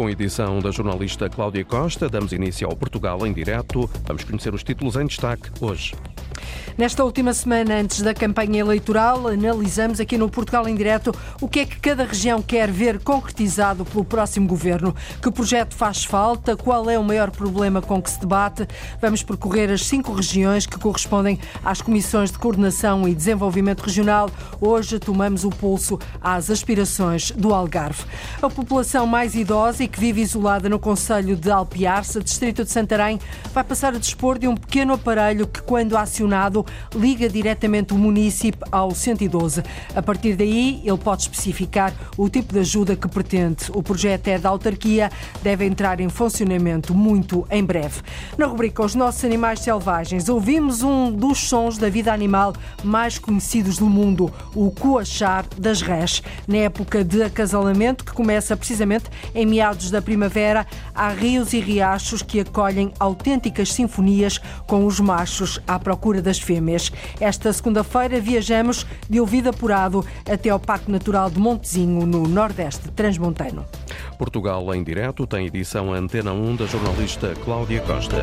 com a edição da jornalista Cláudia Costa. Damos início ao Portugal em direto. Vamos conhecer os títulos em destaque hoje. Nesta última semana, antes da campanha eleitoral, analisamos aqui no Portugal em direto o que é que cada região quer ver concretizado pelo próximo governo. Que projeto faz falta? Qual é o maior problema com que se debate? Vamos percorrer as 5 regiões que correspondem às comissões de coordenação e desenvolvimento regional. Hoje tomamos o pulso às aspirações do Algarve. A população mais idosa e que vive isolada no concelho de Alpiarce, distrito de Santarém, vai passar a dispor de um pequeno aparelho que, quando acionado, liga diretamente o município ao 112. A partir daí, ele pode especificar o tipo de ajuda que pretende. O projeto é da autarquia, deve entrar em funcionamento muito em breve. Na rubrica Os Nossos Animais Selvagens, ouvimos um dos sons da vida animal mais conhecidos do mundo, o coachar das rés. Na época de acasalamento, que começa precisamente em meados da primavera, há rios e riachos que acolhem autênticas sinfonias com os machos à procura das fêmeas. Esta segunda-feira viajamos de ouvido apurado até ao Parque Natural de Montezinho, no Nordeste Transmontano. Portugal em direto tem edição Antena 1 da jornalista Cláudia Costa.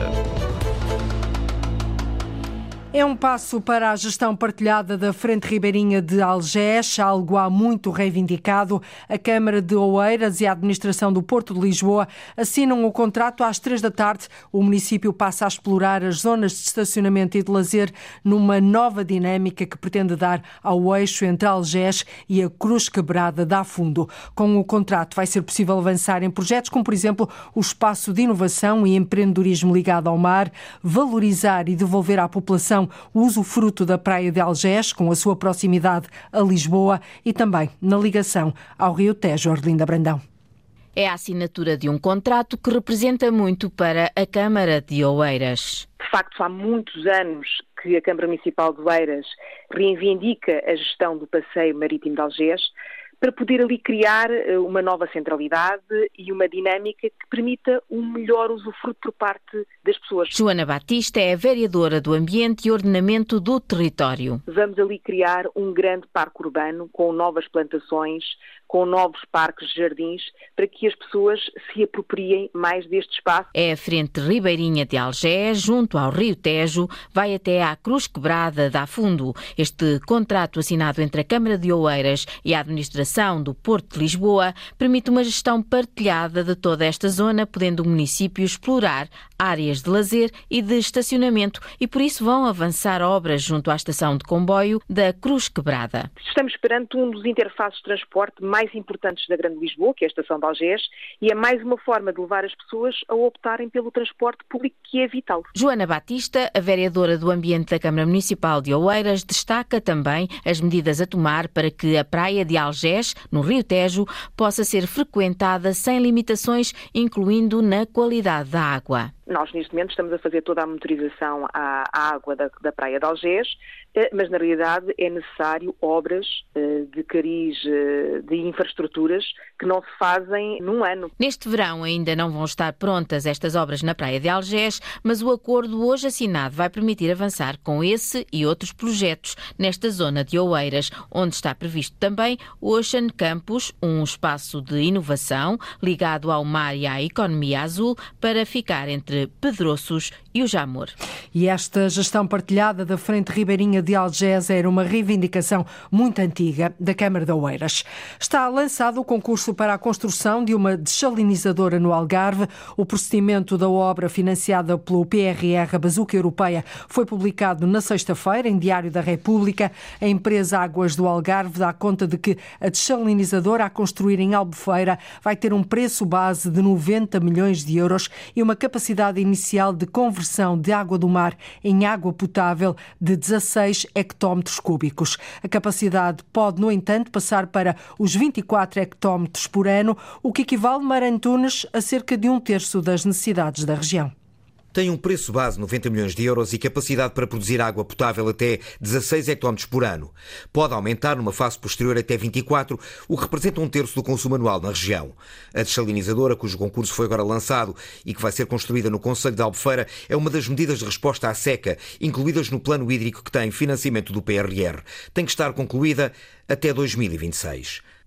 É um passo para a gestão partilhada da Frente Ribeirinha de Algés, algo há muito reivindicado. A Câmara de Oeiras e a Administração do Porto de Lisboa assinam o contrato às 3 da tarde. O município passa a explorar as zonas de estacionamento e de lazer numa nova dinâmica que pretende dar ao eixo entre Algés e a Cruz Quebrada da Afundo. Com o contrato vai ser possível avançar em projetos como, por exemplo, o espaço de inovação e empreendedorismo ligado ao mar, valorizar e devolver à população o usufruto da praia de Algés, com a sua proximidade a Lisboa, e também na ligação ao Rio Tejo. Arlinda Brandão. É a assinatura de um contrato que representa muito para a Câmara de Oeiras. De facto, há muitos anos que a Câmara Municipal de Oeiras reivindica a gestão do passeio marítimo de Algés, para poder ali criar uma nova centralidade e uma dinâmica que permita um melhor usufruto por parte das pessoas. Joana Batista é a vereadora do Ambiente e Ordenamento do Território. Vamos ali criar um grande parque urbano com novas plantações, com novos parques de jardins, para que as pessoas se apropriem mais deste espaço. É a Frente Ribeirinha de Algés, junto ao Rio Tejo, vai até à Cruz Quebrada da Afundo. Este contrato assinado entre a Câmara de Oeiras e a Administração do Porto de Lisboa permite uma gestão partilhada de toda esta zona, podendo o município explorar áreas de lazer e de estacionamento, e por isso vão avançar obras junto à estação de comboio da Cruz Quebrada. Estamos perante um dos interfaces de transporte mais importantes da Grande Lisboa, que é a estação de Algés, e é mais uma forma de levar as pessoas a optarem pelo transporte público, que é vital. Joana Batista, a vereadora do Ambiente da Câmara Municipal de Oeiras, destaca também as medidas a tomar para que a praia de Algés, no Rio Tejo, possa ser frequentada sem limitações, incluindo na qualidade da água. Nós, neste momento, estamos a fazer toda a monitorização à água da praia de Algés, mas, na realidade, é necessário obras de cariz, de infraestruturas, que não se fazem num ano. Neste verão ainda não vão estar prontas estas obras na praia de Algés, mas o acordo hoje assinado vai permitir avançar com esse e outros projetos nesta zona de Oeiras, onde está previsto também o Ocean Campus, um espaço de inovação ligado ao mar e à economia azul, para ficar entre Pedroços e o Jamor. E esta gestão partilhada da Frente Ribeirinha de Algés era uma reivindicação muito antiga da Câmara de Oeiras. Está lançado o concurso para a construção de uma dessalinizadora no Algarve. O procedimento da obra, financiada pelo PRR, a Bazuca Europeia, foi publicado na sexta-feira em Diário da República. A empresa Águas do Algarve dá conta de que a dessalinizadora a construir em Albufeira vai ter um preço base de 90 milhões de euros e uma capacidade inicial de conversão de água do mar em água potável de 16 hectómetros cúbicos. A capacidade pode, no entanto, passar para os 24 hectómetros por ano, o que equivale, Marantunes, a cerca de 1/3 das necessidades da região. Tem um preço base, 90 milhões de euros, e capacidade para produzir água potável até 16 hectómetros por ano. Pode aumentar numa fase posterior até 24, o que representa 1/3 do consumo anual na região. A dessalinizadora, cujo concurso foi agora lançado e que vai ser construída no concelho de Albufeira, é uma das medidas de resposta à seca, incluídas no plano hídrico que tem financiamento do PRR. Tem que estar concluída até 2026.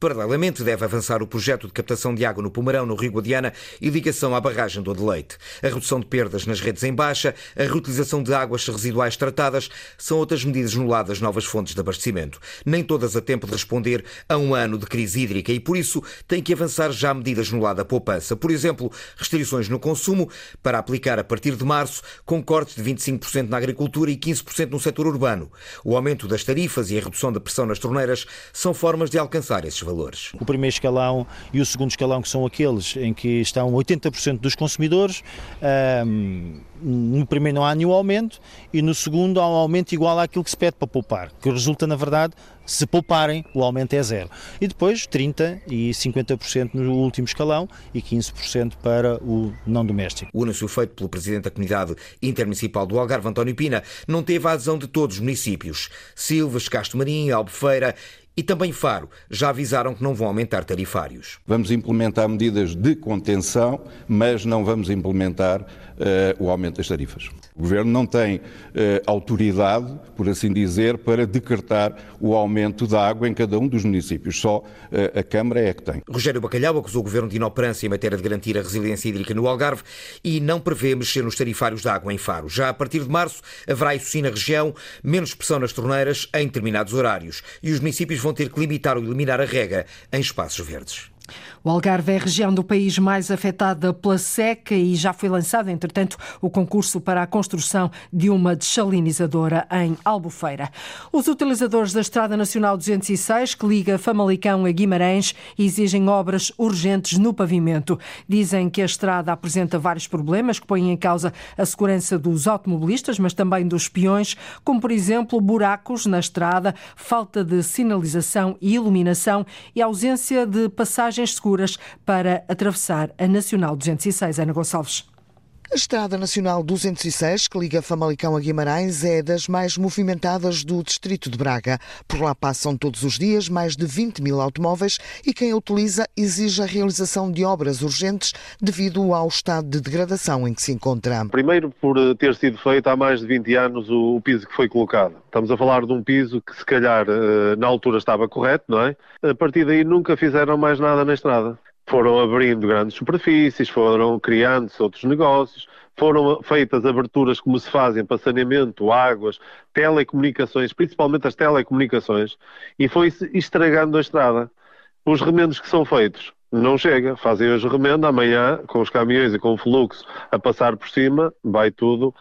Paralelamente, deve avançar o projeto de captação de água no Pomarão, no Rio Guadiana, e ligação à barragem do Odeleite. A redução de perdas nas redes em baixa, a reutilização de águas residuais tratadas são outras medidas no lado das novas fontes de abastecimento. Nem todas a tempo de responder a um ano de crise hídrica e, por isso, tem que avançar já medidas no lado da poupança. Por exemplo, restrições no consumo para aplicar a partir de março, com cortes de 25% na agricultura e 15% no setor urbano. O aumento das tarifas e a redução da pressão nas torneiras são formas de alcançar esses valores. O primeiro escalão e o segundo escalão, que são aqueles em que estão 80% dos consumidores, no primeiro não há nenhum aumento e no segundo há um aumento igual àquilo que se pede para poupar, que resulta, na verdade, se pouparem, o aumento é zero. E depois 30% e 50% no último escalão e 15% para o não doméstico. O anúncio feito pelo Presidente da Comunidade Intermunicipal do Algarve, António Pina, não teve a adesão de todos os municípios. Silves, Castro Marinho, Albufeira e também Faro já avisaram que não vão aumentar tarifários. Vamos implementar medidas de contenção, mas não vamos implementar o aumento das tarifas. O Governo não tem autoridade, por assim dizer, para decretar o aumento da água em cada um dos municípios. Só a Câmara é que tem. Rogério Bacalhau acusou o Governo de inoperância em matéria de garantir a resiliência hídrica no Algarve e não prevê mexer nos tarifários da água em Faro. Já a partir de março haverá, isso sim, na região, menos pressão nas torneiras em determinados horários e os municípios vão ter que limitar ou eliminar a rega em espaços verdes. O Algarve é a região do país mais afetada pela seca e já foi lançado, entretanto, o concurso para a construção de uma dessalinizadora em Albufeira. Os utilizadores da Estrada Nacional 206, que liga Famalicão a Guimarães, exigem obras urgentes no pavimento. Dizem que a estrada apresenta vários problemas que põem em causa a segurança dos automobilistas, mas também dos peões, como, por exemplo, buracos na estrada, falta de sinalização e iluminação e ausência de passagens seguras para atravessar a Nacional 206. Ana Gonçalves. A Estrada Nacional 206, que liga Famalicão a Guimarães, é das mais movimentadas do distrito de Braga. Por lá passam todos os dias mais de 20 mil automóveis e quem a utiliza exige a realização de obras urgentes devido ao estado de degradação em que se encontra. Primeiro, por ter sido feito há mais de 20 anos o piso que foi colocado. Estamos a falar de um piso que se calhar na altura estava correto, não é? A partir daí nunca fizeram mais nada na estrada. Foram abrindo grandes superfícies, foram criando-se outros negócios, foram feitas aberturas como se fazem para saneamento, águas, telecomunicações, principalmente as telecomunicações, e foi-se estragando a estrada. Os remendos que são feitos não chega, fazem hoje o remendo, amanhã com os caminhões e com o fluxo a passar por cima, vai tudo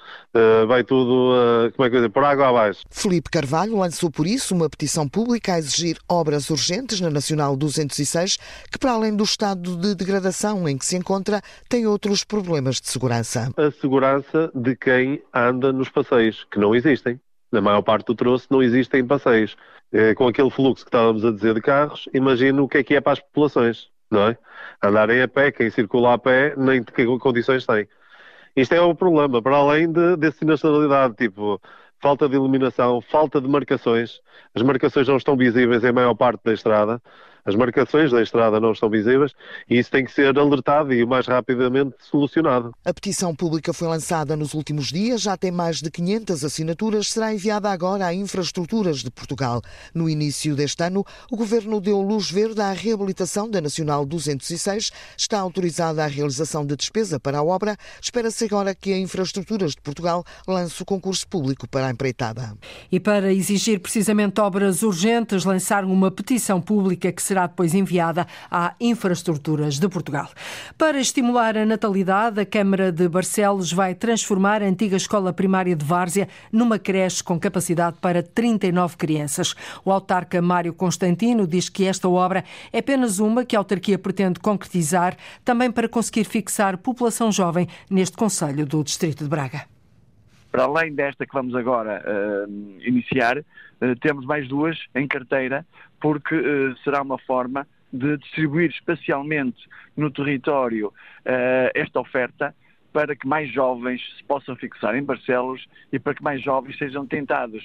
como é que eu dizer, por água abaixo. Filipe Carvalho lançou por isso uma petição pública a exigir obras urgentes na Nacional 206, que para além do estado de degradação em que se encontra, tem outros problemas de segurança. A segurança de quem anda nos passeios, que não existem. Na maior parte do troço não existem passeios. Com aquele fluxo que estávamos a dizer de carros, imagino o que é para as populações. Não é? Andarem a pé, quem circula a pé, nem de que condições tem. Isto é o problema, para além de sinistralidade, tipo falta de iluminação, falta de marcações. As marcações não estão visíveis em maior parte da estrada. As marcações da estrada não estão visíveis e isso tem que ser alertado e o mais rapidamente solucionado. A petição pública foi lançada nos últimos dias, já tem mais de 500 assinaturas, será enviada agora a Infraestruturas de Portugal. No início deste ano, o Governo deu luz verde à reabilitação da Nacional 206, está autorizada a realização de despesa para a obra, espera-se agora que a Infraestruturas de Portugal lance o concurso público para a empreitada. E para exigir precisamente obras urgentes, lançaram uma petição pública que será depois enviada à Infraestruturas de Portugal. Para estimular a natalidade, a Câmara de Barcelos vai transformar a antiga escola primária de Várzea numa creche com capacidade para 39 crianças. O autarca Mário Constantino diz que esta obra é apenas uma que a autarquia pretende concretizar, também para conseguir fixar população jovem neste concelho do distrito de Braga. Para além desta que vamos agora iniciar, temos mais duas em carteira, porque será uma forma de distribuir espacialmente no território esta oferta para que mais jovens se possam fixar em Barcelos e para que mais jovens sejam tentados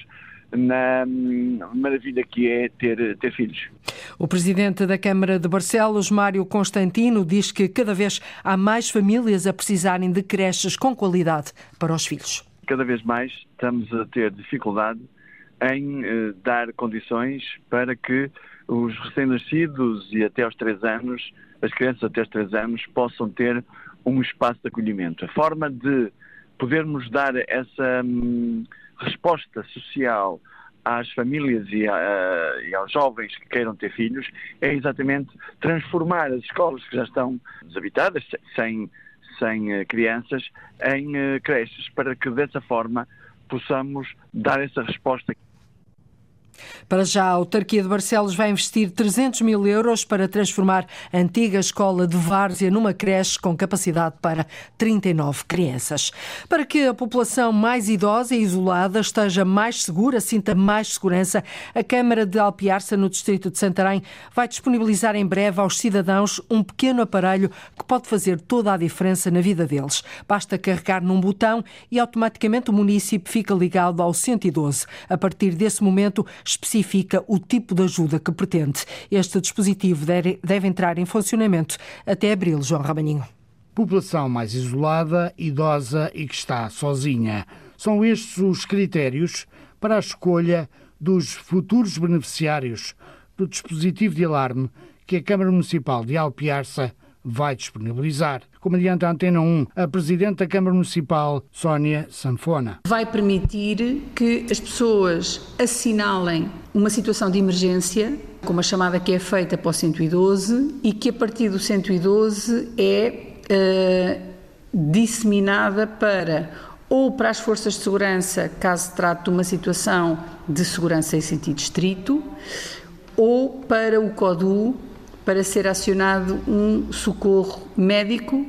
na maravilha que é ter filhos. O presidente da Câmara de Barcelos, Mário Constantino, diz que cada vez há mais famílias a precisarem de creches com qualidade para os filhos. Cada vez mais estamos a ter dificuldade em dar condições para que os recém-nascidos e até aos 3 anos, as crianças até aos 3 anos, possam ter um espaço de acolhimento. A forma de podermos dar essa resposta social às famílias e aos jovens que queiram ter filhos é exatamente transformar as escolas que já estão desabitadas, sem crianças, em creches, para que dessa forma possamos dar essa resposta. Para já, a autarquia de Barcelos vai investir 300 mil euros para transformar a antiga escola de várzea numa creche com capacidade para 39 crianças. Para que a população mais idosa e isolada esteja mais segura, sinta mais segurança, a Câmara de Alpiarça, no distrito de Santarém, vai disponibilizar em breve aos cidadãos um pequeno aparelho que pode fazer toda a diferença na vida deles. Basta carregar num botão e automaticamente o município fica ligado ao 112. A partir desse momento, especifica o tipo de ajuda que pretende. Este dispositivo deve entrar em funcionamento até abril, João Rabaninho. População mais isolada, idosa e que está sozinha. São estes os critérios para a escolha dos futuros beneficiários do dispositivo de alarme que a Câmara Municipal de Alpiarça vai disponibilizar. Como adianta a Antena 1, a Presidente da Câmara Municipal, Sónia Sanfona. Vai permitir que as pessoas assinalem uma situação de emergência, com uma chamada que é feita para o 112 e que a partir do 112 é disseminada ou para as forças de segurança, caso se trate de uma situação de segurança em sentido estrito, ou para o CODU, para ser acionado um socorro médico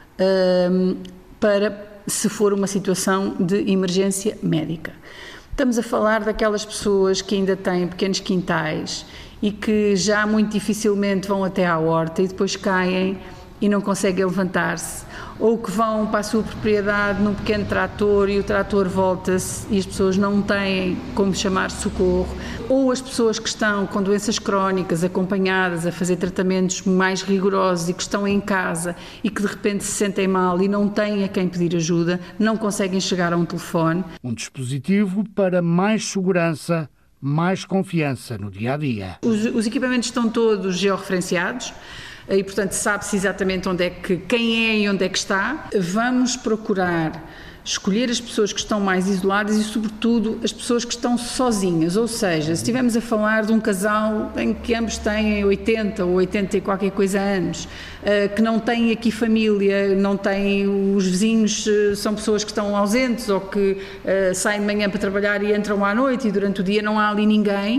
para se for uma situação de emergência médica. Estamos a falar daquelas pessoas que ainda têm pequenos quintais e que já muito dificilmente vão até à horta e depois caem e não conseguem levantar-se, ou que vão para a sua propriedade num pequeno trator e o trator volta-se e as pessoas não têm como chamar socorro, ou as pessoas que estão com doenças crónicas acompanhadas a fazer tratamentos mais rigorosos e que estão em casa e que de repente se sentem mal e não têm a quem pedir ajuda, não conseguem chegar a um telefone. Um dispositivo para mais segurança, mais confiança no dia-a-dia. Os equipamentos estão todos georreferenciados, e portanto sabe-se exatamente quem é e onde é que está. Vamos procurar escolher as pessoas que estão mais isoladas e sobretudo as pessoas que estão sozinhas, ou seja, se estivermos a falar de um casal em que ambos têm 80 ou 80 e qualquer coisa anos, que não têm aqui família, não têm os vizinhos, são pessoas que estão ausentes ou que saem de manhã para trabalhar e entram à noite e durante o dia não há ali ninguém,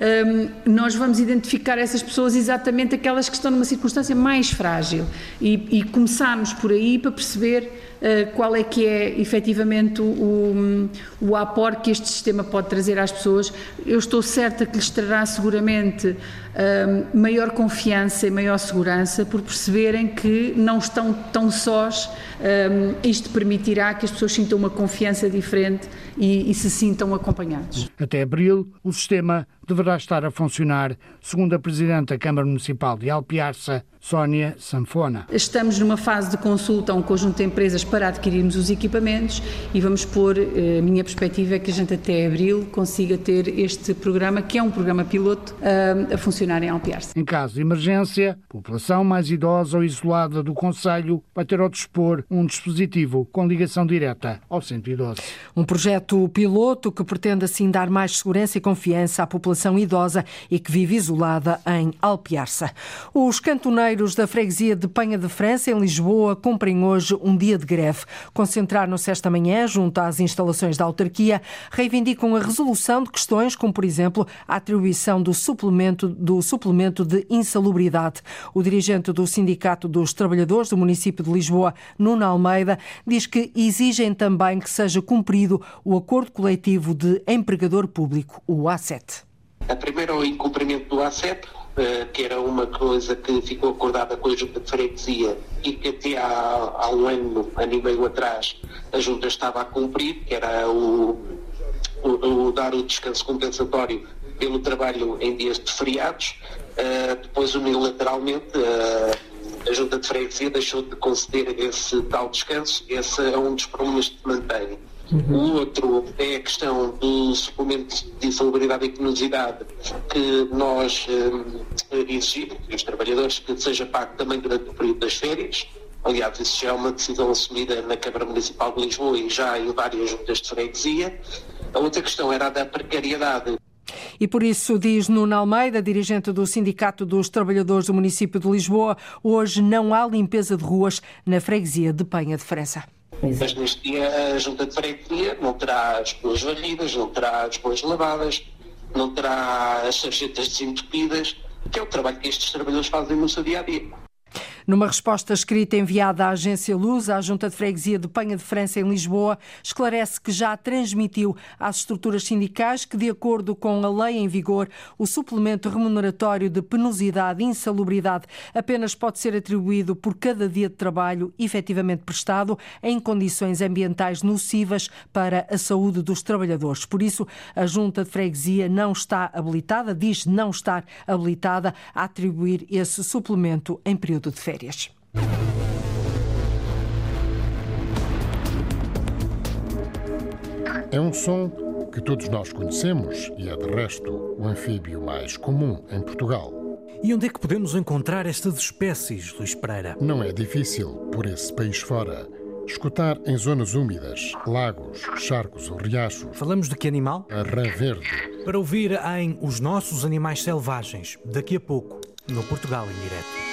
nós vamos identificar essas pessoas exatamente aquelas que estão numa circunstância mais frágil e começarmos por aí para perceber qual é que é efetivamente o aporte que este sistema pode trazer às pessoas. Eu estou certa que lhes trará seguramente maior confiança e maior segurança por perceberem que não estão tão sós. Isto permitirá que as pessoas sintam uma confiança diferente e se sintam acompanhados. Até abril, o sistema deverá estar a funcionar, segundo a Presidente da Câmara Municipal de Alpiarça, Sónia Sanfona. Estamos numa fase de consulta a um conjunto de empresas para adquirirmos os equipamentos e vamos pôr, a minha perspectiva é que a gente até abril consiga ter este programa, que é um programa piloto, a funcionar em Alpiarça. Em caso de emergência, a população mais idosa ou isolada do concelho vai ter ao dispor um dispositivo com ligação direta ao 112. Um projeto piloto que pretende assim dar mais segurança e confiança à população idosa e que vive isolada em Alpiarça. Os cantoneiros da freguesia de Penha de França, em Lisboa, cumprem hoje um dia de greve. Concentraram-se esta manhã junto às instalações da autarquia, reivindicam a resolução de questões como, por exemplo, a atribuição do suplemento de insalubridade. O dirigente do Sindicato dos Trabalhadores do município de Lisboa, Nuno Almeida, diz que exigem também que seja cumprido o acordo coletivo de empregador público, o A7. A primeira é o incumprimento do A7, que era uma coisa que ficou acordada com a Junta de Freguesia e que até há um ano e meio atrás a Junta estava a cumprir, que era o dar o descanso compensatório pelo trabalho em dias de feriados. Depois, unilateralmente, a Junta de Freguesia deixou de conceder esse tal descanso. Esse é um dos problemas que se mantém. O outro é a questão do suplemento de insalubridade e penosidade que nós exigimos, e os trabalhadores, que seja pago também durante o período das férias. Aliás, isso já é uma decisão assumida na Câmara Municipal de Lisboa e já em várias juntas de freguesia. A outra questão era a da precariedade. E por isso, diz Nuno Almeida, dirigente do Sindicato dos Trabalhadores do município de Lisboa, hoje não há limpeza de ruas na freguesia de Penha de França. Mas neste dia a junta de freguesia não terá as ruas varridas, não terá as ruas lavadas, não terá as sarjetas desentupidas, que é o trabalho que estes trabalhadores fazem no seu dia-a-dia. Numa resposta escrita enviada à Agência Luz, a Junta de Freguesia de Penha de França, em Lisboa, esclarece que já transmitiu às estruturas sindicais que, de acordo com a lei em vigor, o suplemento remuneratório de penosidade e insalubridade apenas pode ser atribuído por cada dia de trabalho efetivamente prestado em condições ambientais nocivas para a saúde dos trabalhadores. Por isso, a Junta de Freguesia não está habilitada, diz não estar habilitada a atribuir esse suplemento em período de férias. É um som que todos nós conhecemos e é, de resto, o anfíbio mais comum em Portugal. E onde é que podemos encontrar estas espécies, Luís Pereira? Não é difícil, por esse país fora. Escutar em zonas úmidas, lagos, charcos ou riachos. Falamos de que animal? A rã verde. Para ouvir em Os Nossos Animais Selvagens, daqui a pouco, no Portugal em Direto.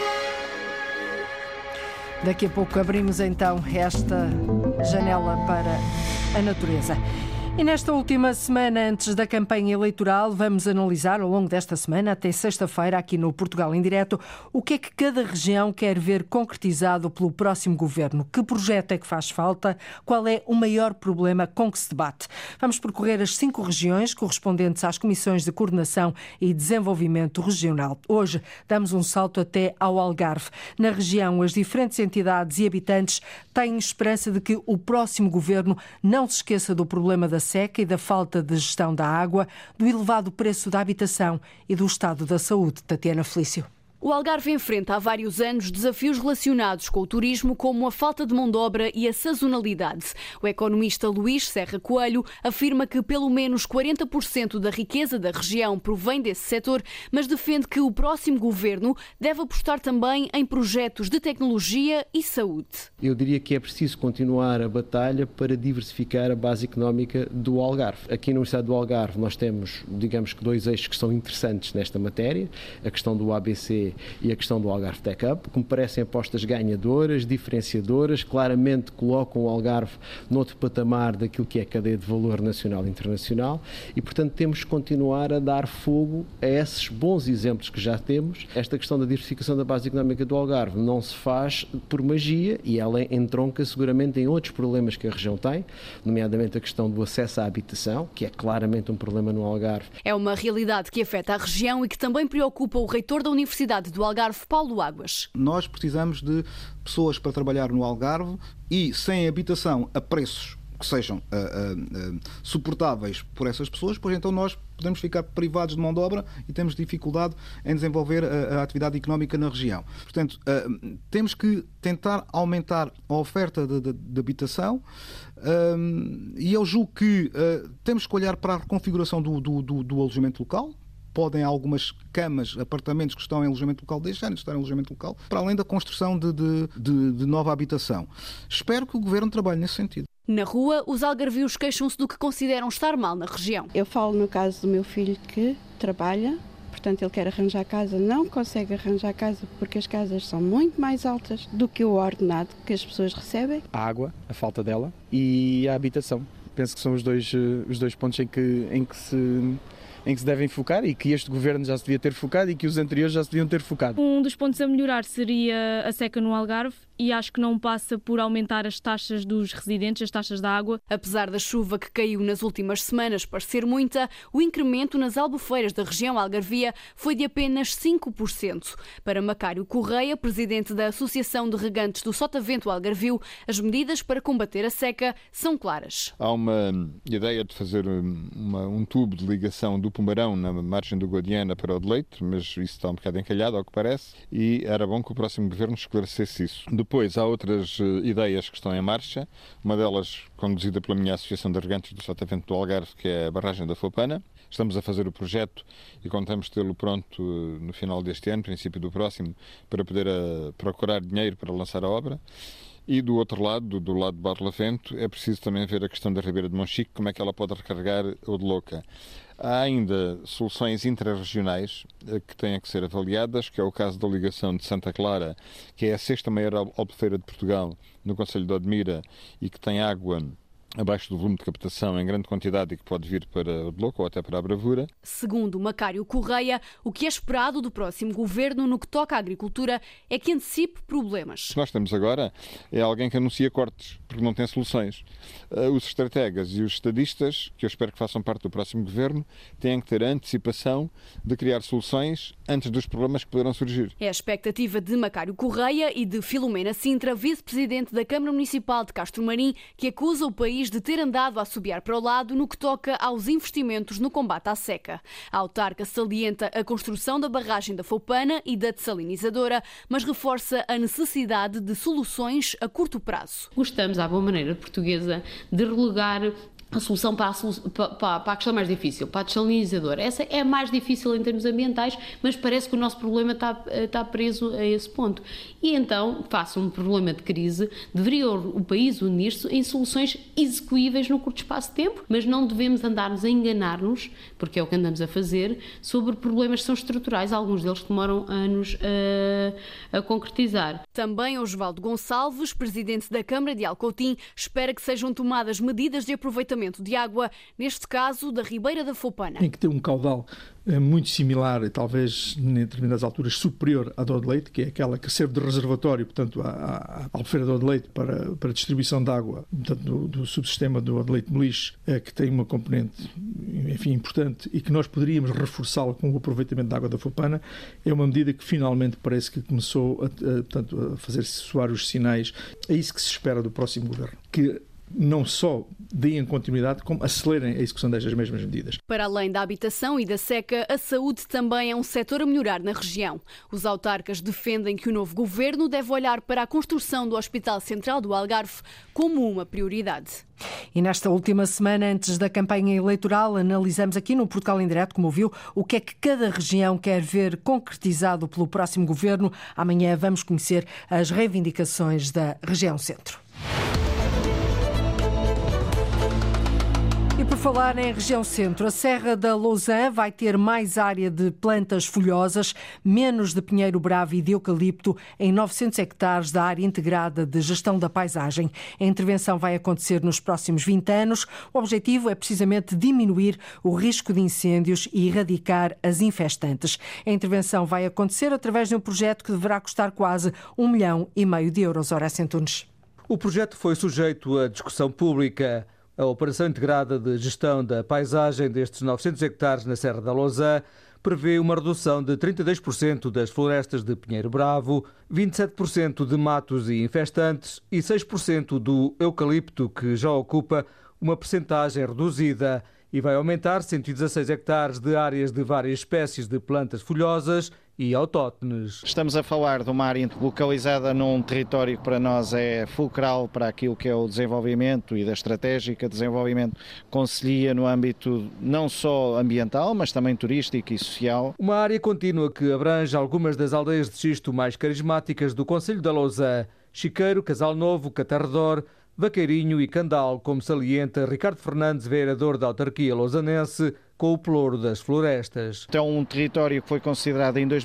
Daqui a pouco abrimos então esta janela para a natureza. E nesta última semana, antes da campanha eleitoral, vamos analisar ao longo desta semana, até sexta-feira, aqui no Portugal em Direto, o que é que cada região quer ver concretizado pelo próximo governo. Que projeto é que faz falta? Qual é o maior problema com que se debate? Vamos percorrer as 5 regiões correspondentes às Comissões de Coordenação e Desenvolvimento Regional. Hoje damos um salto até ao Algarve. Na região, as diferentes entidades e habitantes têm esperança de que o próximo governo não se esqueça do problema da seca e da falta de gestão da água, do elevado preço da habitação e do estado da saúde. Tatiana Felício. O Algarve enfrenta há vários anos desafios relacionados com o turismo, como a falta de mão de obra e a sazonalidade. O economista Luís Serra Coelho afirma que pelo menos 40% da riqueza da região provém desse setor, mas defende que o próximo governo deve apostar também em projetos de tecnologia e saúde. Eu diria que é preciso continuar a batalha para diversificar a base económica do Algarve. Aqui na Universidade do Algarve nós temos, digamos que, 2 eixos que são interessantes nesta matéria, a questão do ABC e a questão do Algarve Tech Hub, que me parecem apostas ganhadoras, diferenciadoras, claramente colocam o Algarve noutro patamar daquilo que é a cadeia de valor nacional e internacional e, portanto, temos que continuar a dar fogo a esses bons exemplos que já temos. Esta questão da diversificação da base económica do Algarve não se faz por magia e ela entronca seguramente em outros problemas que a região tem, nomeadamente a questão do acesso à habitação, que é claramente um problema no Algarve. É uma realidade que afeta a região e que também preocupa o reitor da Universidade do Algarve, Paulo Águas. Nós precisamos de pessoas para trabalhar no Algarve e sem habitação a preços que sejam suportáveis por essas pessoas, pois então nós podemos ficar privados de mão de obra e temos dificuldade em desenvolver a atividade económica na região. Portanto, temos que tentar aumentar a oferta de habitação e eu julgo que temos que olhar para a reconfiguração do alojamento local. Podem algumas camas, apartamentos que estão em alojamento local deixarem de estar em alojamento local, para além da construção de nova habitação. Espero que o Governo trabalhe nesse sentido. Na rua, os algarvios queixam-se do que consideram estar mal na região. Eu falo no caso do meu filho que trabalha, portanto ele quer arranjar casa, não consegue arranjar casa porque as casas são muito mais altas do que o ordenado que as pessoas recebem. A água, a falta dela, e a habitação. Penso que são os dois pontos em que se devem focar e que este governo já se devia ter focado e que os anteriores já se deviam ter focado. Um dos pontos a melhorar seria a seca no Algarve e acho que não passa por aumentar as taxas dos residentes, as taxas da água. Apesar da chuva que caiu nas últimas semanas parecer muita, o incremento nas albufeiras da região algarvia foi de apenas 5%. Para Macário Correia, presidente da Associação de Regantes do Sotavento Algarvio, as medidas para combater a seca são claras. Há uma ideia de fazer um tubo de ligação do Pomarão na margem do Guadiana para o de Leite, mas isso está um bocado encalhado, ao que parece, e era bom que o próximo governo esclarecesse isso. Do Depois há outras ideias que estão em marcha, uma delas conduzida pela minha Associação de Regantes do Sotavento do Algarve, que é a barragem da Fopana. Estamos a fazer o projeto e contamos tê-lo pronto no final deste ano, princípio do próximo, para poder procurar dinheiro para lançar a obra. E do outro lado, do lado de Barlavento, é preciso também ver a questão da Ribeira de Monchique, como é que ela pode recarregar o de Louca. Há ainda soluções intrarregionais que têm que ser avaliadas, que é o caso da ligação de Santa Clara, que é a 6ª maior albufeira de Portugal, no concelho de Odmira, e que tem água abaixo do volume de captação em grande quantidade e que pode vir para o de Louca ou até para a Bravura. Segundo Macário Correia, o que é esperado do próximo governo no que toca à agricultura é que antecipe problemas. O que nós temos agora é alguém que anuncia cortes, porque não tem soluções. Os estrategas e os estadistas, que eu espero que façam parte do próximo governo, têm que ter a antecipação de criar soluções antes dos problemas que poderão surgir. É a expectativa de Macário Correia e de Filomena Sintra, vice-presidente da Câmara Municipal de Castro Marim, que acusa o país de ter andado a assobiar para o lado no que toca aos investimentos no combate à seca. A autarca salienta a construção da barragem da Fopana e da dessalinizadora, mas reforça a necessidade de soluções a curto prazo. Gostamos, à boa maneira portuguesa, de relegar a solução para a questão mais difícil, para a dessalinizadora. Essa é mais difícil em termos ambientais, mas parece que o nosso problema está preso a esse ponto. E então, face a um problema de crise, deveria o país unir-se em soluções execuíveis no curto espaço de tempo, mas não devemos andar-nos a enganar-nos, porque é o que andamos a fazer, sobre problemas que são estruturais, alguns deles que demoram anos a concretizar. Também Osvaldo Gonçalves, presidente da Câmara de Alcoutim, espera que sejam tomadas medidas de aproveitamento de água, neste caso da Ribeira da Fopana. Tem que ter um caudal muito similar e talvez em determinadas alturas superior à do Leite, que é aquela que serve de reservatório, portanto, à Albufeira do Leite para distribuição de água, portanto, do subsistema do Leite Meliche, que tem uma componente, enfim, importante e que nós poderíamos reforçá-la com o aproveitamento da água da Fopana. É uma medida que finalmente parece que começou a fazer soar os sinais. É isso que se espera do próximo governo, que não só deem continuidade, como acelerem a execução destas mesmas medidas. Para além da habitação e da seca, a saúde também é um setor a melhorar na região. Os autarcas defendem que o novo governo deve olhar para a construção do Hospital Central do Algarve como uma prioridade. E nesta última semana, antes da campanha eleitoral, analisamos aqui no Portugal em Direto, como ouviu, o que é que cada região quer ver concretizado pelo próximo governo. Amanhã vamos conhecer as reivindicações da região centro. E por falar em região centro, a Serra da Lousã vai ter mais área de plantas folhosas, menos de pinheiro bravo e de eucalipto em 900 hectares da área integrada de gestão da paisagem. A intervenção vai acontecer nos próximos 20 anos. O objetivo é precisamente diminuir o risco de incêndios e erradicar as infestantes. A intervenção vai acontecer através de um projeto que deverá custar quase 1,5 milhão de euros. Horácio Antunes. O projeto foi sujeito à discussão pública. A Operação Integrada de Gestão da Paisagem destes 900 hectares na Serra da Lousã prevê uma redução de 32% das florestas de pinheiro bravo, 27% de matos e infestantes e 6% do eucalipto, que já ocupa uma percentagem reduzida, e vai aumentar 116 hectares de áreas de várias espécies de plantas folhosas e autóctones. Estamos a falar de uma área localizada num território que para nós é fulcral para aquilo que é o desenvolvimento e da estratégica de desenvolvimento concelhia no âmbito não só ambiental, mas também turístico e social. Uma área contínua que abrange algumas das aldeias de xisto mais carismáticas do concelho da Lousã: Chiqueiro, Casal Novo, Catarredor, Vaqueirinho e Candal, como salienta Ricardo Fernandes, vereador da autarquia lousanense, com o pelouro das florestas. É um território que foi considerado em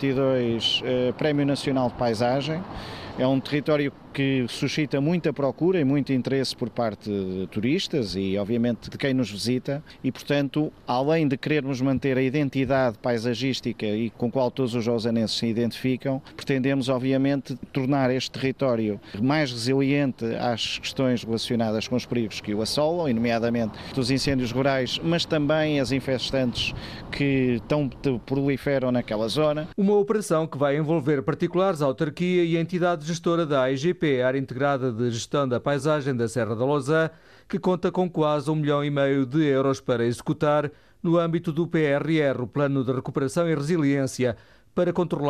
2022 Prémio Nacional de Paisagem. É um território que suscita muita procura e muito interesse por parte de turistas e, obviamente, de quem nos visita e, portanto, além de querermos manter a identidade paisagística e com a qual todos os lausanenses se identificam, pretendemos, obviamente, tornar este território mais resiliente às questões relacionadas com os perigos que o assolam, e nomeadamente dos incêndios rurais, mas também as infestantes que tão proliferam naquela zona. Uma operação que vai envolver particulares, a autarquia e a entidade gestora da AIGP, a Área Integrada de Gestão da Paisagem da Serra da Lousã, que conta com quase 1,5 milhão de euros para executar no âmbito do PRR, o Plano de Recuperação e Resiliência, para controlar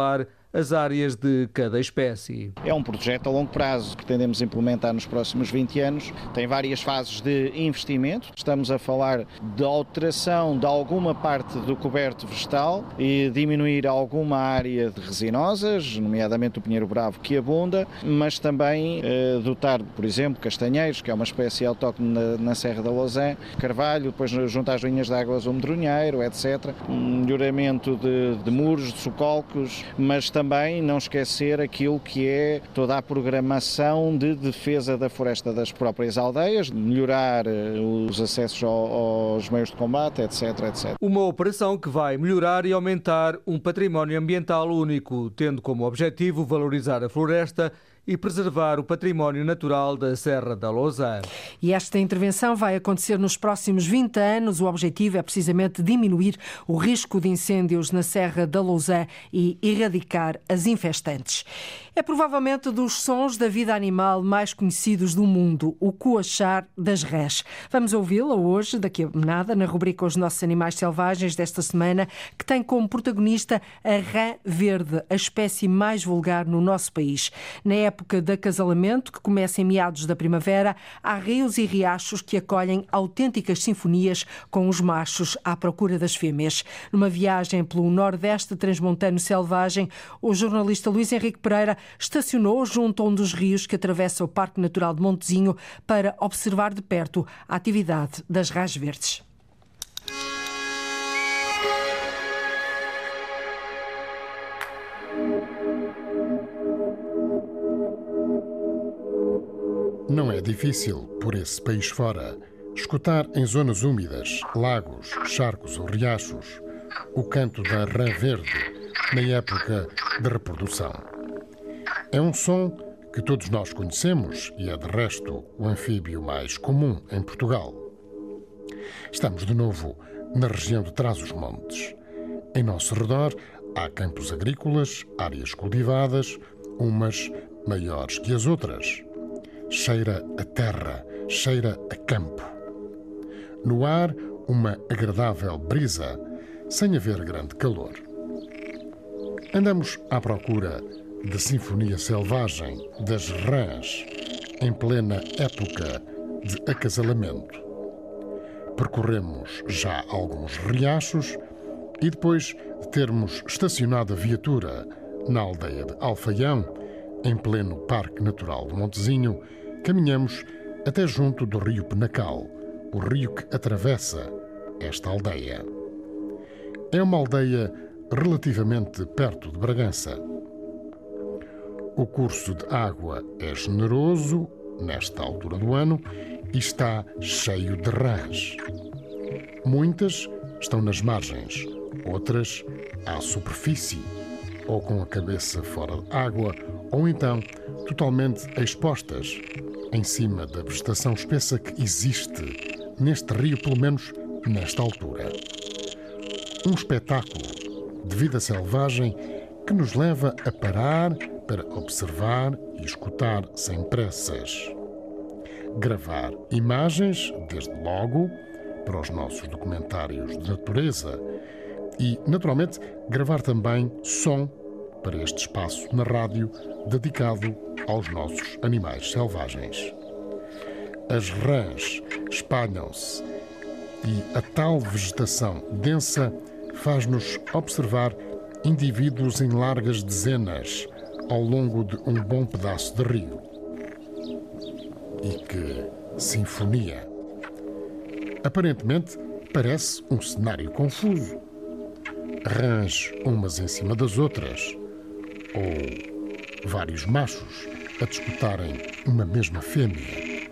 as áreas de cada espécie. É um projeto a longo prazo que pretendemos implementar nos próximos 20 anos. Tem várias fases de investimento. Estamos a falar de alteração de alguma parte do coberto vegetal e diminuir alguma área de resinosas, nomeadamente o pinheiro bravo que abunda, mas também dotar, por exemplo, castanheiros, que é uma espécie autóctone na Serra da Lousã, carvalho, depois junto às linhas de águas o medronheiro, etc. Melhoramento de muros, de socolcos, mas também não esquecer aquilo que é toda a programação de defesa da floresta das próprias aldeias, melhorar os acessos aos meios de combate, etc, etc. Uma operação que vai melhorar e aumentar um património ambiental único, tendo como objetivo valorizar a floresta e preservar o património natural da Serra da Lousã. E esta intervenção vai acontecer nos próximos 20 anos. O objetivo é precisamente diminuir o risco de incêndios na Serra da Lousã e erradicar as infestantes. É provavelmente dos sons da vida animal mais conhecidos do mundo, o coachar das rãs. Vamos ouvi-la hoje, daqui a nada, na rubrica Os Nossos Animais Selvagens desta semana, que tem como protagonista a rã verde, a espécie mais vulgar no nosso país. Na época de acasalamento, que começa em meados da primavera, há rios e riachos que acolhem autênticas sinfonias com os machos à procura das fêmeas. Numa viagem pelo Nordeste transmontano selvagem, o jornalista Luís Henrique Pereira estacionou junto a um dos rios que atravessa o Parque Natural de Montezinho para observar de perto a atividade das rãs verdes. Não é difícil, por esse país fora, escutar em zonas úmidas, lagos, charcos ou riachos, o canto da rã verde na época de reprodução. É um som que todos nós conhecemos e é, de resto, o anfíbio mais comum em Portugal. Estamos de novo na região de Trás-os-Montes. Em nosso redor há campos agrícolas, áreas cultivadas, umas maiores que as outras. Cheira a terra, cheira a campo. No ar, uma agradável brisa, sem haver grande calor. Andamos à procura da sinfonia selvagem das rãs, em plena época de acasalamento. Percorremos já alguns riachos e depois de termos estacionado a viatura na aldeia de Alfaião, em pleno Parque Natural de Montezinho, caminhamos até junto do rio Penacal, o rio que atravessa esta aldeia. É uma aldeia relativamente perto de Bragança. O curso de água é generoso nesta altura do ano e está cheio de rãs. Muitas estão nas margens, outras à superfície, ou com a cabeça fora de água, ou então totalmente expostas em cima da vegetação espessa que existe neste rio, pelo menos nesta altura. Um espetáculo de vida selvagem que nos leva a parar para observar e escutar sem pressas. Gravar imagens, desde logo, para os nossos documentários de natureza e, naturalmente, gravar também som para este espaço na rádio dedicado aos nossos animais selvagens. As rãs espalham-se e a tal vegetação densa faz-nos observar indivíduos em largas dezenas ao longo de um bom pedaço de rio. E que sinfonia! Aparentemente, parece um cenário confuso. Rãs umas em cima das outras, ou vários machos a disputarem uma mesma fêmea.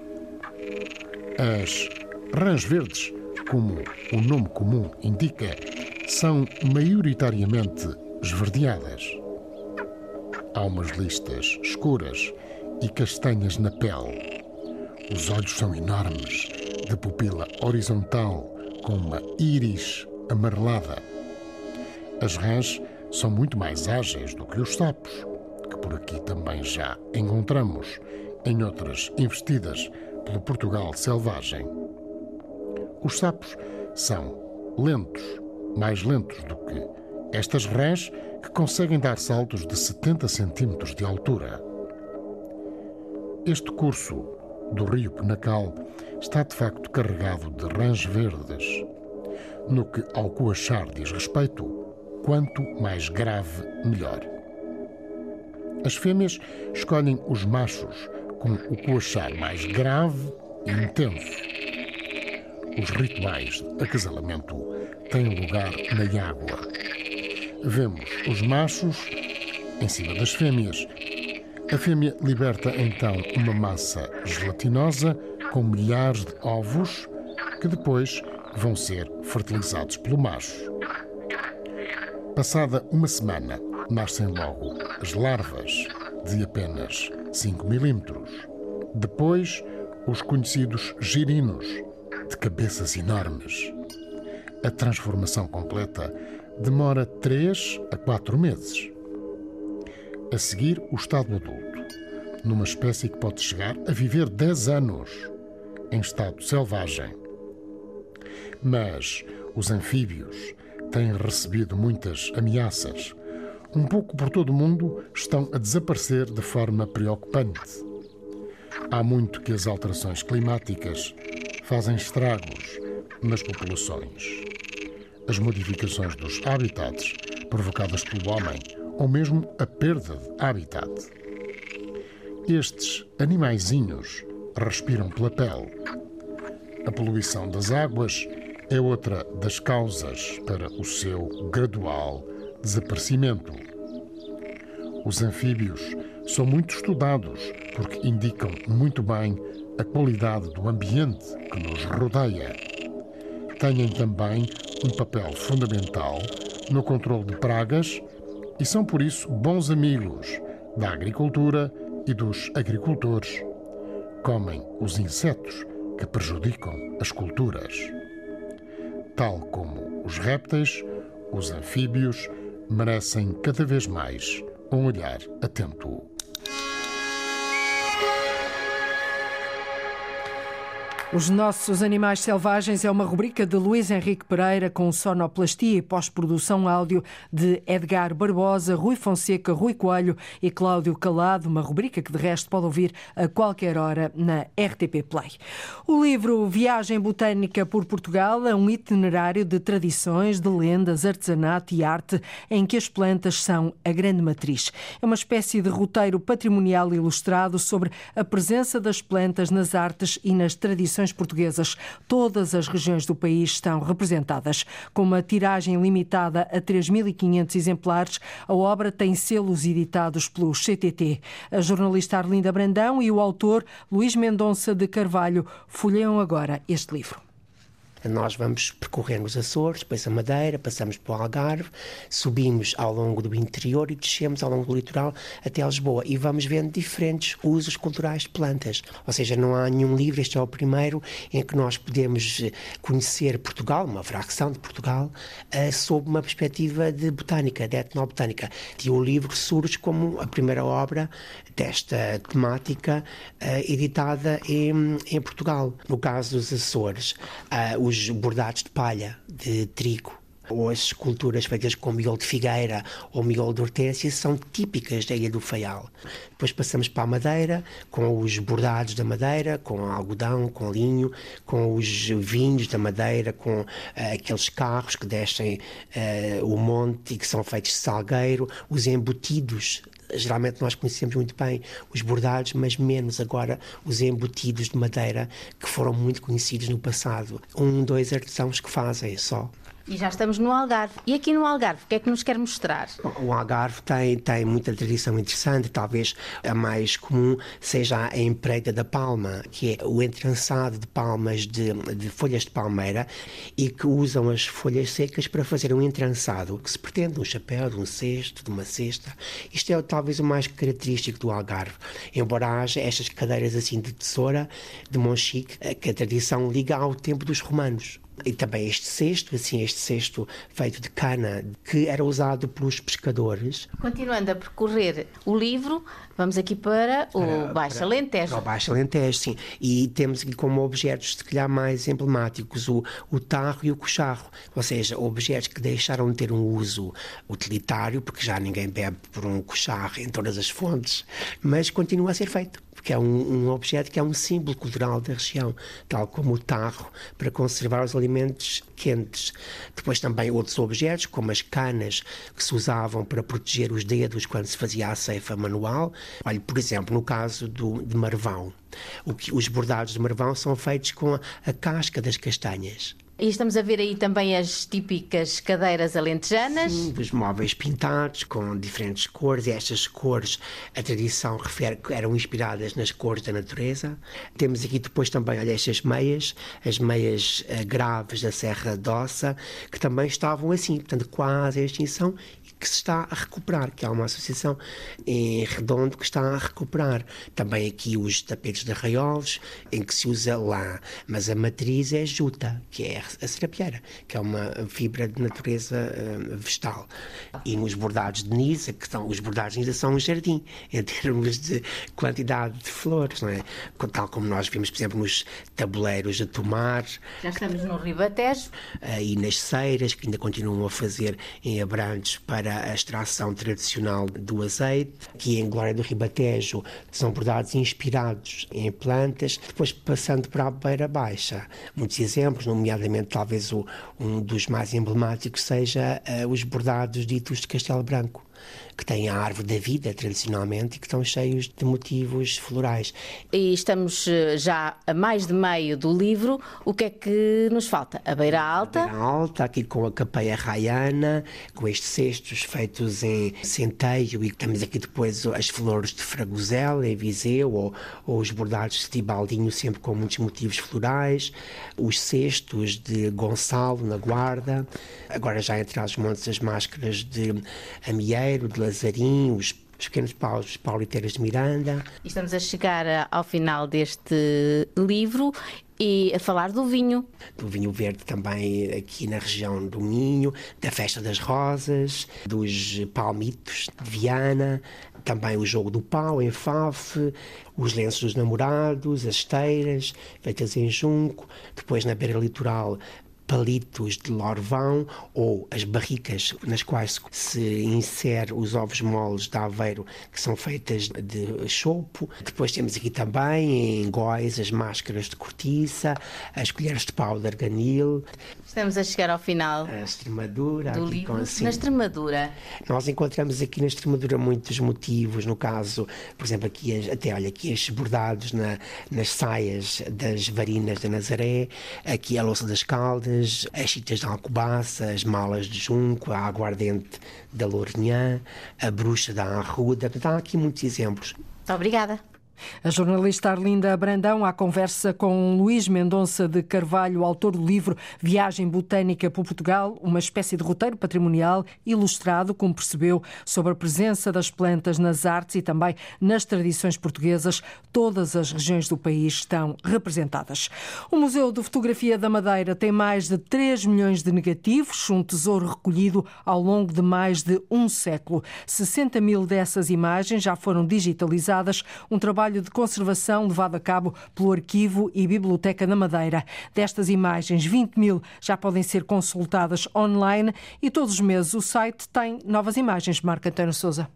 As rãs verdes, como o nome comum indica, são maioritariamente esverdeadas. Há umas listas escuras e castanhas na pele. Os olhos são enormes, de pupila horizontal, com uma íris amarelada. As rãs são muito mais ágeis do que os sapos, que por aqui também já encontramos em outras investidas pelo Portugal selvagem. Os sapos são lentos, mais lentos do que Estas rãs que conseguem dar saltos de 70 centímetros de altura. Este curso do rio Penacal está de facto carregado de rãs verdes. No que ao coachar diz respeito, quanto mais grave, melhor. As fêmeas escolhem os machos com o coachar mais grave e intenso. Os rituais de acasalamento têm lugar na água. Vemos os machos em cima das fêmeas. A fêmea liberta então uma massa gelatinosa com milhares de ovos que depois vão ser fertilizados pelo macho. Passada uma semana, nascem logo as larvas, de apenas 5 milímetros. Depois, os conhecidos girinos, de cabeças enormes. A transformação completa demora 3 a 4 meses. A seguir, o estado adulto, numa espécie que pode chegar a viver 10 anos, em estado selvagem. Mas os anfíbios têm recebido muitas ameaças. Um pouco por todo o mundo estão a desaparecer de forma preocupante. Há muito que as alterações climáticas fazem estragos nas populações. As modificações dos habitats provocadas pelo homem ou mesmo a perda de habitat. Estes animaizinhos respiram pela pele. A poluição das águas é outra das causas para o seu gradual desaparecimento. Os anfíbios são muito estudados porque indicam muito bem a qualidade do ambiente que nos rodeia. Têm também um papel fundamental no controle de pragas e são, por isso, bons amigos da agricultura e dos agricultores. Comem os insetos que prejudicam as culturas. Tal como os répteis, os anfíbios merecem cada vez mais um olhar atento. Os Nossos Animais Selvagens é uma rubrica de Luís Henrique Pereira com sonoplastia e pós-produção áudio de Edgar Barbosa, Rui Fonseca, Rui Coelho e Cláudio Calado, uma rubrica que de resto pode ouvir a qualquer hora na RTP Play. O livro Viagem Botânica por Portugal é um itinerário de tradições, de lendas, artesanato e arte em que as plantas são a grande matriz. É uma espécie de roteiro patrimonial ilustrado sobre a presença das plantas nas artes e nas tradições portuguesas. Todas as regiões do país estão representadas. Com uma tiragem limitada a 3.500 exemplares, a obra tem selos editados pelo CTT. A jornalista Arlinda Brandão e o autor Luís Mendonça de Carvalho folheiam agora este livro. Nós vamos percorrendo os Açores, depois a Madeira, passamos para o Algarve, subimos ao longo do interior e descemos ao longo do litoral até Lisboa e vamos vendo diferentes usos culturais de plantas. Ou seja, não há nenhum livro, este é o primeiro, em que nós podemos conhecer Portugal, uma fração de Portugal, sob uma perspectiva de botânica, de etnobotânica. E o livro surge como a primeira obra desta temática editada em Portugal. No caso dos Açores, os bordados de palha, de trigo, ou as esculturas feitas com miolo de figueira ou miolo de hortênsia são típicas da Ilha do Faial. Depois passamos para a Madeira, com os bordados da Madeira, com algodão, com linho, com os vinhos da Madeira, com aqueles carros que descem o monte e que são feitos de salgueiro, os embutidos. Geralmente nós conhecemos muito bem os bordados, mas menos agora os embutidos de madeira, que foram muito conhecidos no passado. 2 artesãos que fazem só. E já estamos no Algarve. E aqui no Algarve, o que é que nos quer mostrar? O Algarve tem muita tradição interessante. Talvez a mais comum seja a empreita da palma, que é o entrançado de palmas de folhas de palmeira e que usam as folhas secas para fazer um entrançado que se pretende de um chapéu, de um cesto, de uma cesta. Isto é talvez o mais característico do Algarve. Embora haja estas cadeiras assim de tesoura, de Monchique, que a tradição liga ao tempo dos romanos. E também este cesto feito de cana, que era usado pelos pescadores. Continuando a percorrer o livro, vamos aqui para o Baixo Alentejo. Para o Baixo Alentejo, sim. E temos aqui como objetos, se calhar, mais emblemáticos o tarro e o cocharro. Ou seja, objetos que deixaram de ter um uso utilitário, porque já ninguém bebe por um cocharro em todas as fontes, mas continua a ser feito. Porque é um objeto que é um símbolo cultural da região, tal como o tarro, para conservar os alimentos quentes. Depois também outros objetos, como as canas, que se usavam para proteger os dedos quando se fazia a ceifa manual. Olha, por exemplo, no caso de marvão, os bordados de marvão são feitos com a casca das castanhas. E estamos a ver aí também as típicas cadeiras alentejanas. Sim, os móveis pintados com diferentes cores, e estas cores, a tradição refere que eram inspiradas nas cores da natureza. Temos aqui depois também, olha, estas meias, as meias graves da Serra d'Ossa, que também estavam assim, portanto quase em extinção, e que se está a recuperar, que há uma associação em Redondo que está a recuperar. Também aqui os tapetes de arraiolos, em que se usa lã, mas a matriz é juta, que é a serapieira, que é uma fibra de natureza vegetal. E nos bordados de Nisa, os bordados de Nisa são um jardim, em termos de quantidade de flores, não é? Tal como nós vimos, por exemplo, nos tabuleiros de Tomar. Já estamos no Ribatejo. E nas ceiras, que ainda continuam a fazer em Abrantes para a extração tradicional do azeite. Aqui em Glória do Ribatejo são bordados inspirados em plantas, depois passando para a Beira Baixa. Muitos exemplos, nomeadamente talvez um dos mais emblemáticos seja os bordados ditos de Castelo Branco, que têm a árvore da vida, tradicionalmente, e que estão cheios de motivos florais. E estamos já a mais de meio do livro. O que é que nos falta? A Beira Alta. A Beira Alta, aqui com a capeia raiana, com estes cestos feitos em centeio, e temos aqui depois as flores de Fragosela, em Viseu, ou os bordados de Setibaldinho, sempre com muitos motivos florais, os cestos de Gonçalo, na Guarda, agora já entre os montes as máscaras de Amieiro, de Lazarim, os pequenos pauliteiros de Miranda. Estamos a chegar ao final deste livro e a falar do vinho. Do vinho verde também aqui na região do Minho, da Festa das Rosas, dos palmitos de Viana, também o jogo do pau em Faf, os lenços dos namorados, as esteiras feitas em junco, depois na beira litoral palitos de Lorvão, ou as barricas nas quais se insere os ovos moles de Aveiro, que são feitas de chopo. Depois temos aqui também em Góis as máscaras de cortiça, as colheres de pau de arganil. Estamos a chegar ao final a Extremadura, do livro. Na Extremadura. Nós encontramos aqui na Extremadura muitos motivos, no caso, por exemplo, aqui aqui estes bordados nas saias das varinas da Nazaré, aqui a louça das Caldas, as chitas de Alcobaça, as malas de junco, a aguardente da Lourinhã, a bruxa da Arruda. Há aqui muitos exemplos. Muito obrigada. A jornalista Arlinda Brandão, à conversa com Luís Mendonça de Carvalho, autor do livro Viagem Botânica por Portugal, uma espécie de roteiro patrimonial ilustrado, como percebeu, sobre a presença das plantas nas artes e também nas tradições portuguesas. Todas as regiões do país estão representadas. O Museu de Fotografia da Madeira tem mais de 3 milhões de negativos, um tesouro recolhido ao longo de mais de um século. 60 mil dessas imagens já foram digitalizadas, um trabalho de conservação levado a cabo pelo Arquivo e Biblioteca da Madeira. Destas imagens, 20 mil já podem ser consultadas online e todos os meses o site tem novas imagens. Marco António Sousa.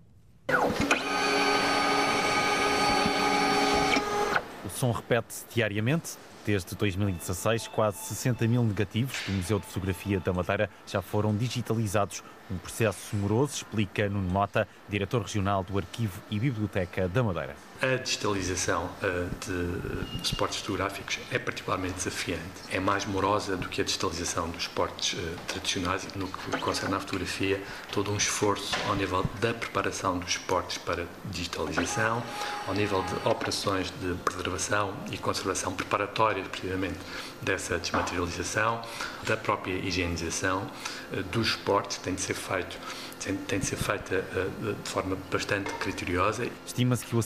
O som repete-se diariamente. Desde 2016, quase 60 mil negativos do Museu de Fotografia da Madeira já foram digitalizados. Um processo moroso, explica Nuno Mota, diretor regional do Arquivo e Biblioteca da Madeira. A digitalização de suportes fotográficos é particularmente desafiante. É mais morosa do que a digitalização dos suportes tradicionais, no que concerne à fotografia, todo um esforço ao nível da preparação dos suportes para digitalização, ao nível de operações de preservação e conservação preparatórias, precisamente, dessa desmaterialização, da própria higienização dos suportes, tem de ser feita de forma bastante criteriosa. Estima-se que o acervo do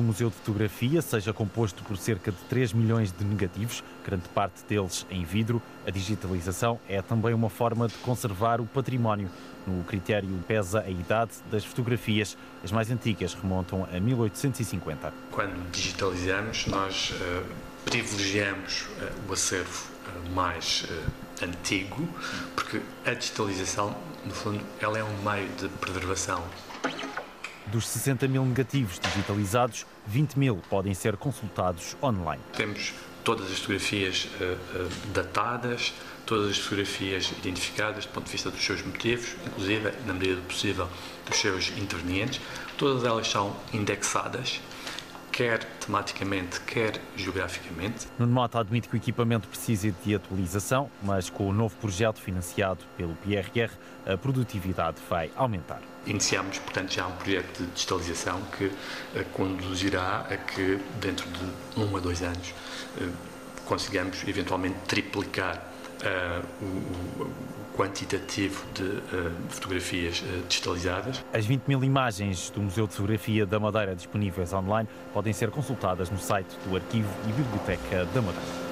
Museu de Fotografia seja composto por cerca de 3 milhões de negativos, grande parte deles em vidro, a digitalização é também uma forma de conservar o património. No critério pesa a idade das fotografias. As mais antigas remontam a 1850. Quando digitalizamos, nós privilegiamos o acervo mais antigo, porque a digitalização, no fundo, ela é um meio de preservação. Dos 60 mil negativos digitalizados, 20 mil podem ser consultados online. Temos todas as fotografias datadas, todas as fotografias identificadas do ponto de vista dos seus motivos, inclusive, na medida do possível, dos seus intervenientes. Todas elas são indexadas, quer tematicamente, quer geograficamente. Nuno Mota admite que o equipamento precisa de atualização, mas com o novo projeto financiado pelo PRR, a produtividade vai aumentar. Iniciamos, portanto, já um projeto de digitalização que conduzirá a que, dentro de 1 a 2 anos, consigamos eventualmente triplicar o quantitativo de fotografias digitalizadas. As 20 mil imagens do Museu de Fotografia da Madeira disponíveis online podem ser consultadas no site do Arquivo e Biblioteca da Madeira.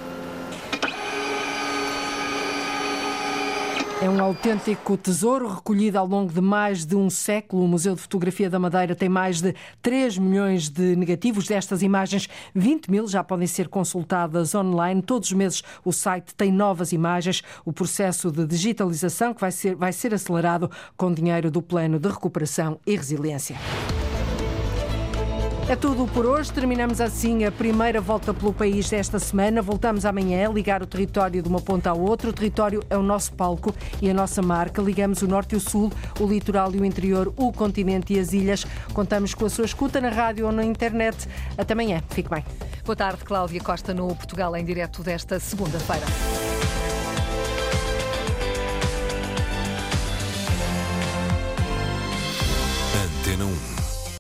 É um autêntico tesouro recolhido ao longo de mais de um século. O Museu de Fotografia da Madeira tem mais de 3 milhões de negativos. Destas imagens, 20 mil já podem ser consultadas online. Todos os meses o site tem novas imagens. O processo de digitalização que vai ser acelerado com dinheiro do Plano de Recuperação e Resiliência. É tudo por hoje. Terminamos assim a primeira volta pelo país desta semana. Voltamos amanhã a ligar o território de uma ponta ao outro. O território é o nosso palco e a nossa marca. Ligamos o norte e o sul, o litoral e o interior, o continente e as ilhas. Contamos com a sua escuta na rádio ou na internet. Até amanhã. Fique bem. Boa tarde, Cláudia Costa, no Portugal em direto desta segunda-feira. Antena 1.